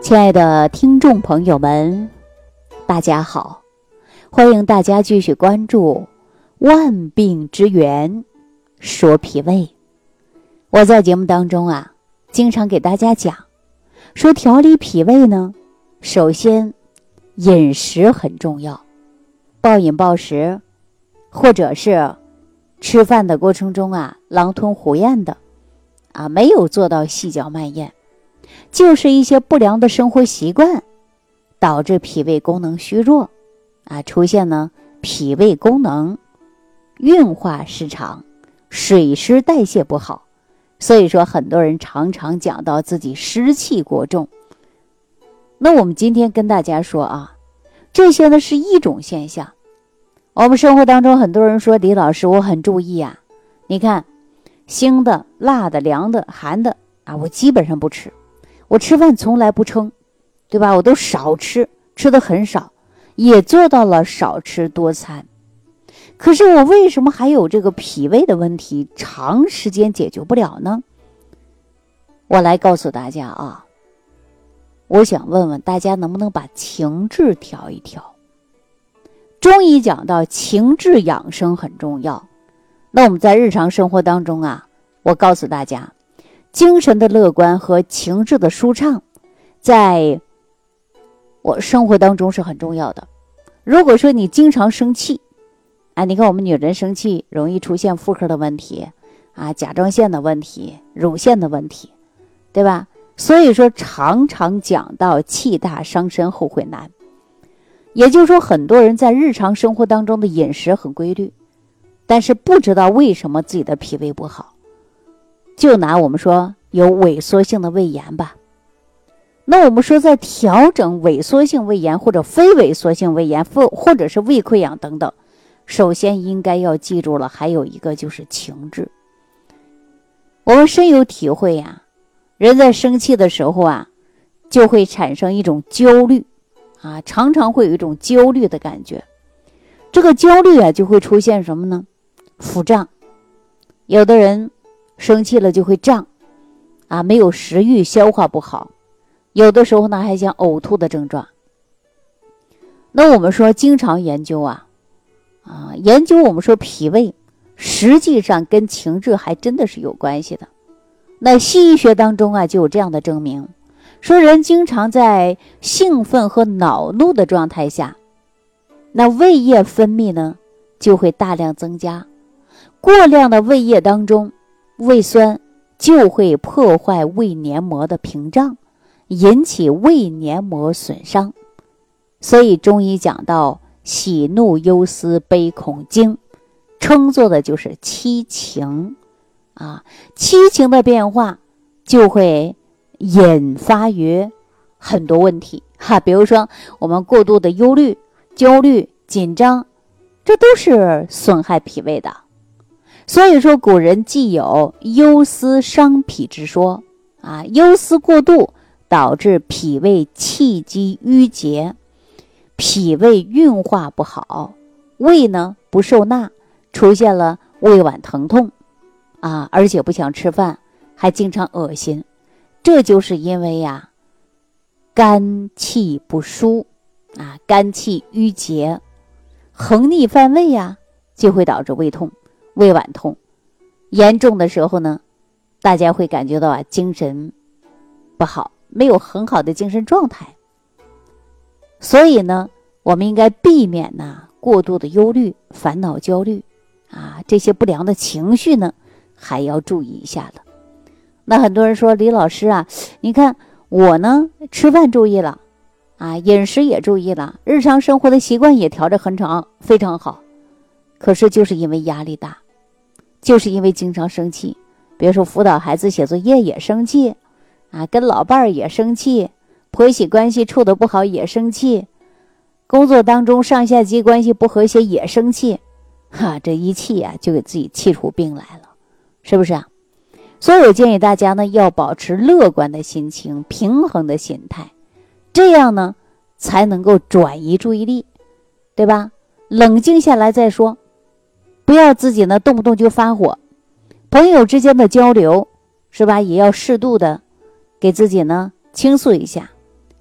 亲爱的听众朋友们，大家好，欢迎大家继续关注万病之源说脾胃。我在节目当中经常给大家讲说调理脾胃呢，首先饮食很重要，暴饮暴食或者是吃饭的过程中狼吞虎咽的没有做到细嚼慢咽，就是一些不良的生活习惯导致脾胃功能虚弱出现呢脾胃功能运化失常，水湿代谢不好。所以说很多人常常讲到自己湿气过重。那我们今天跟大家说这些呢是一种现象。我们生活当中很多人说，李老师我很注意你看腥的、辣的、凉的、寒的我基本上不吃，我吃饭从来不撑，对吧？我都少吃，吃的很少，也做到了少吃多餐。可是我为什么还有这个脾胃的问题长时间解决不了呢？我来告诉大家我想问问大家能不能把情志调一调。中医讲到情志养生很重要，那我们在日常生活当中我告诉大家，精神的乐观和情志的舒畅在我生活当中是很重要的。如果说你经常生气你看我们女人生气容易出现妇科的问题甲状腺的问题、乳腺的问题，对吧？所以说常常讲到气大伤身后悔难。也就是说很多人在日常生活当中的饮食很规律，但是不知道为什么自己的脾胃不好。就拿我们说有萎缩性的胃炎吧，那我们说在调整萎缩性胃炎或者非萎缩性胃炎或者是胃溃疡等等，首先应该要记住了，还有一个就是情志。我们深有体会人在生气的时候就会产生一种焦虑常常会有一种焦虑的感觉。这个焦虑就会出现什么呢？腹胀，有的人生气了就会胀没有食欲，消化不好，有的时候呢还像呕吐的症状。那我们说经常研究研究我们说脾胃实际上跟情志还真的是有关系的。那西医学当中就有这样的证明，说人经常在兴奋和恼怒的状态下，那胃液分泌呢就会大量增加，过量的胃液当中，胃酸就会破坏胃黏膜的屏障，引起胃黏膜损伤。所以中医讲到喜怒忧思悲恐惊，称作的就是七情七情的变化就会引发于很多问题比如说我们过度的忧虑、焦虑、紧张，这都是损害脾胃的。所以说古人既有忧思伤脾之说忧思过度导致脾胃气机郁结，脾胃运化不好，胃呢不受纳，出现了胃脘疼痛而且不想吃饭，还经常恶心。这就是因为肝气不舒肝气郁结，横逆犯胃就会导致胃痛、胃脘痛。严重的时候呢，大家会感觉到精神不好，没有很好的精神状态。所以呢，我们应该避免过度的忧虑、烦恼、焦虑这些不良的情绪呢还要注意一下了。那很多人说，李老师你看我呢吃饭注意了饮食也注意了，日常生活的习惯也调得非常好，可是就是因为压力大，就是因为经常生气，比如说辅导孩子写作业也生气跟老伴儿也生气，婆媳关系处得不好也生气，工作当中上下级关系不和谐也生气这一气就给自己气出病来了，是不是所以我建议大家呢要保持乐观的心情、平衡的心态，这样呢才能够转移注意力，对吧？冷静下来再说，不要自己呢动不动就发火。朋友之间的交流是吧，也要适度的给自己呢倾诉一下，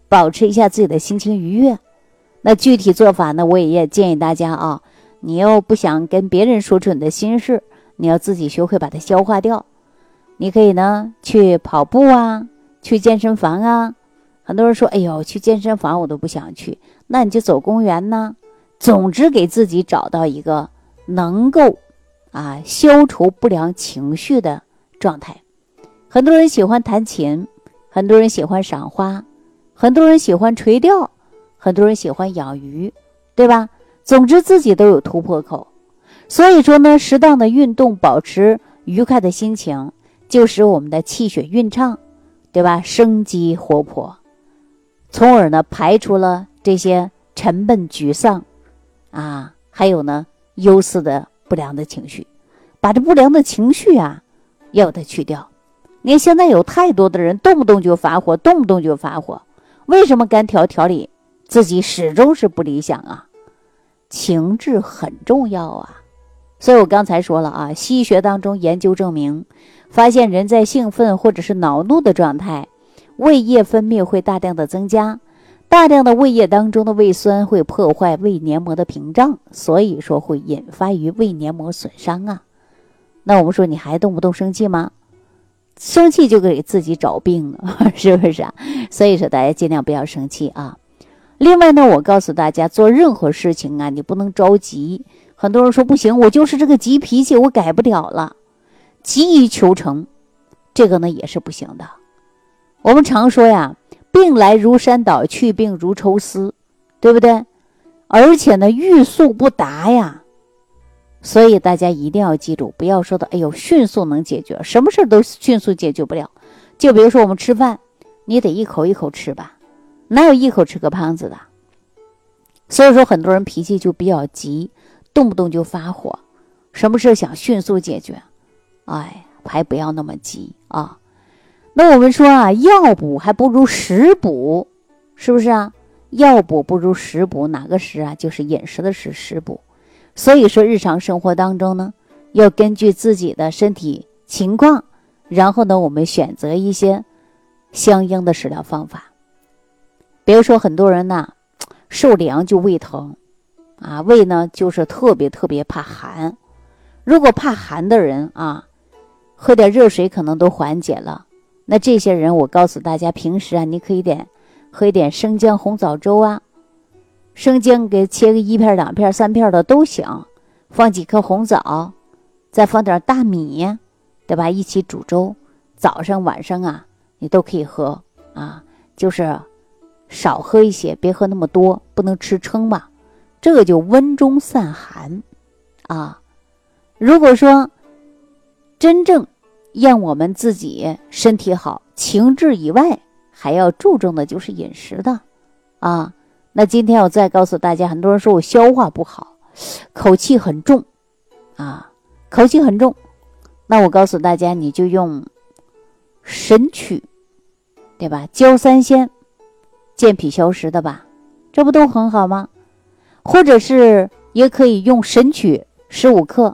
保持一下自己的心情愉悦。那具体做法呢，我也建议大家啊，你又不想跟别人说出你的心事，你要自己学会把它消化掉。你可以呢去跑步啊，去健身房啊。很多人说，哎呦，去健身房我都不想去，那你就走公园呢。总之给自己找到一个能够消除不良情绪的状态。很多人喜欢弹琴，很多人喜欢赏花，很多人喜欢垂钓，很多人喜欢养鱼，对吧？总之自己都有突破口。所以说呢，适当的运动，保持愉快的心情，就使我们的气血运畅，对吧？生机活泼，从而呢排除了这些沉闷沮丧还有呢忧思的不良的情绪。把这不良的情绪要把它去掉。你看现在有太多的人动不动就发火，为什么干调理自己始终是不理想情志很重要所以我刚才说了西医学当中研究证明，发现人在兴奋或者是恼怒的状态，胃液分泌会大量的增加，大量的胃液当中的胃酸会破坏胃黏膜的屏障，所以说会引发于胃黏膜损伤那我们说你还动不动生气吗？生气就给自己找病了，是不是所以说大家尽量不要生气另外呢，我告诉大家，做任何事情你不能着急。很多人说不行，我就是这个急脾气，我改不了了，急于求成，这个呢也是不行的。我们常说病来如山倒，去病如抽丝，对不对？而且呢欲速不达所以大家一定要记住，不要说的哎呦迅速能解决，什么事都迅速解决不了。就比如说我们吃饭，你得一口一口吃吧，哪有一口吃个胖子的？所以说很多人脾气就比较急，动不动就发火，什么事想迅速解决，还不要那么急那我们说药补还不如食补，是不是药补不如食补，哪个食就是饮食的食补。所以说日常生活当中呢，要根据自己的身体情况，然后呢我们选择一些相应的食疗方法。比如说很多人受凉就胃疼胃呢就是特别怕寒。如果怕寒的人喝点热水可能都缓解了。那这些人我告诉大家，平时你可以喝一点生姜红枣粥生姜给切个1片2片3片的都行，放几颗红枣，再放点大米，对吧？一起煮粥，早上晚上你都可以喝就是少喝一些，别喝那么多，不能吃撑嘛。这个就温中散寒如果说真正让我们自己身体好，情志以外还要注重的就是饮食的那今天我再告诉大家，很多人说我消化不好，口气很重那我告诉大家，你就用神曲，对吧？焦三仙健脾消食的吧，这不都很好吗？或者是也可以用神曲15克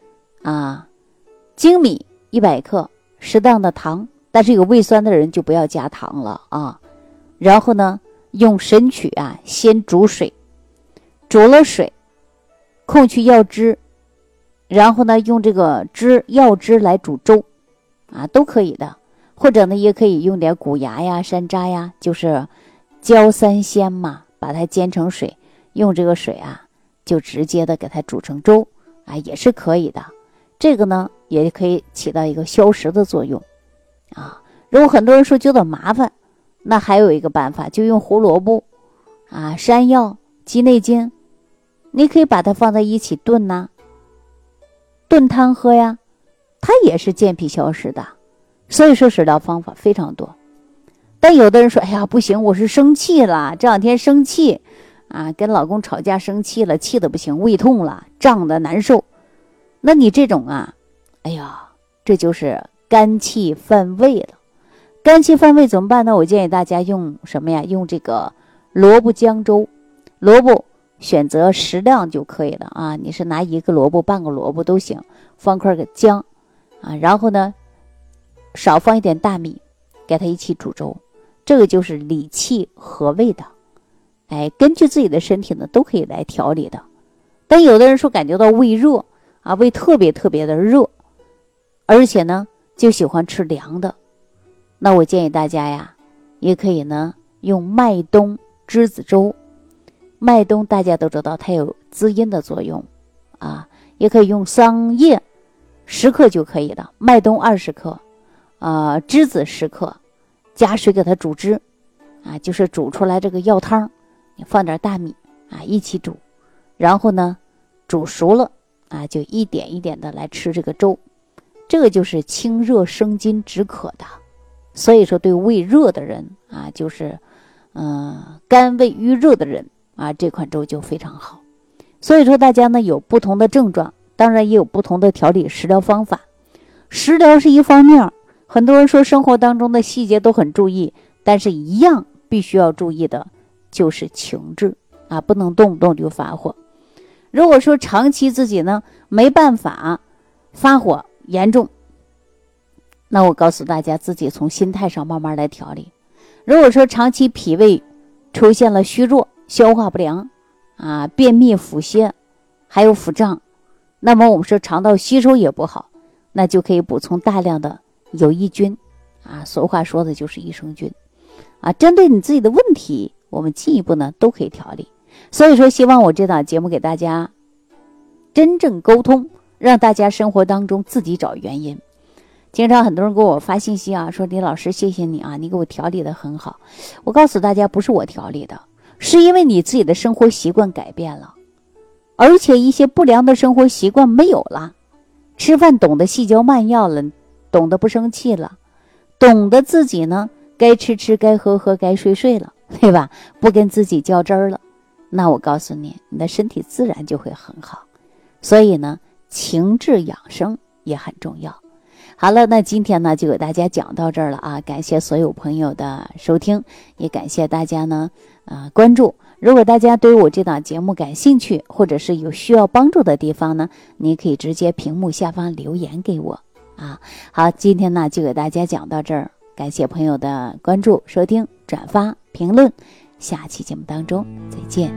粳米100克，适当的糖，但是有胃酸的人就不要加糖了然后呢用神曲先煮水，煮了水控去药汁，然后呢用这个药汁来煮粥都可以的。或者呢也可以用点谷芽山楂就是焦三仙嘛，把它煎成水，用这个水就直接的给它煮成粥也是可以的。这个呢也可以起到一个消食的作用如果很多人说觉得麻烦，那还有一个办法，就用胡萝卜山药、鸡内金，你可以把它放在一起炖炖汤喝它也是健脾消食的。所以说食疗方法非常多。但有的人说，哎呀不行，我是生气了，这2天生气跟老公吵架生气了，气得不行，胃痛了，胀得难受。那你这种这就是肝气犯胃了。肝气犯胃怎么办呢？我建议大家用什么用这个萝卜姜粥。萝卜选择适量就可以了你是拿1个萝卜半个萝卜都行，放块个姜然后呢少放一点大米，给它一起煮粥。 这个就是理气和胃的。根据自己的身体呢都可以来调理的。但有的人说感觉到胃热啊，胃特别特别的热，而且呢就喜欢吃凉的，那我建议大家呀，也可以呢用麦冬栀子粥。麦冬大家都知道它有滋阴的作用啊，也可以用桑叶10克就可以了，麦冬20克，栀子10克，加水给它煮汁啊，就是煮出来这个药汤，你放点大米啊一起煮，然后呢煮熟了啊，就一点一点的来吃这个粥，这个就是清热生津止渴的。所以说对胃热的人啊，就是肝胃郁热的人啊，这款粥就非常好。所以说大家呢有不同的症状，当然也有不同的调理食疗方法。食疗是一方面，很多人说生活当中的细节都很注意，但是一样必须要注意的就是情志啊，不能动不动就发火。如果说长期自己呢没办法发火严重，那我告诉大家自己从心态上慢慢来调理。如果说长期脾胃出现了虚弱、消化不良啊、便秘、腹泻还有腹胀，那么我们说肠道吸收也不好，那就可以补充大量的有益菌啊，俗话说的就是益生菌啊。针对你自己的问题，我们进一步呢都可以调理。所以说希望我这档节目给大家真正沟通，让大家生活当中自己找原因。经常很多人给我发信息啊，说李老师谢谢你啊，你给我调理的很好。我告诉大家，不是我调理的，是因为你自己的生活习惯改变了，而且一些不良的生活习惯没有了，吃饭懂得细嚼慢咽了，懂得不生气了，懂得自己呢该吃吃该喝喝该睡睡了，对吧？不跟自己较真儿了，那我告诉你，你的身体自然就会很好。所以呢情志养生也很重要。好了，那今天呢就给大家讲到这儿了啊！感谢所有朋友的收听，也感谢大家呢关注。如果大家对我这档节目感兴趣，或者是有需要帮助的地方呢，你可以直接屏幕下方留言给我啊。好，今天呢就给大家讲到这儿，感谢朋友的关注、收听、转发、评论，下期节目当中再见。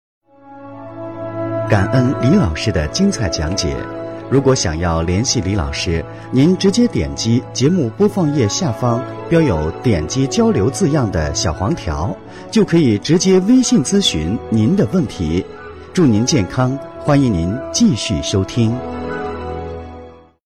感恩李老师的精彩讲解。如果想要联系李老师，您直接点击节目播放页下方标有点击交流字样的小黄条，就可以直接微信咨询您的问题。祝您健康，欢迎您继续收听。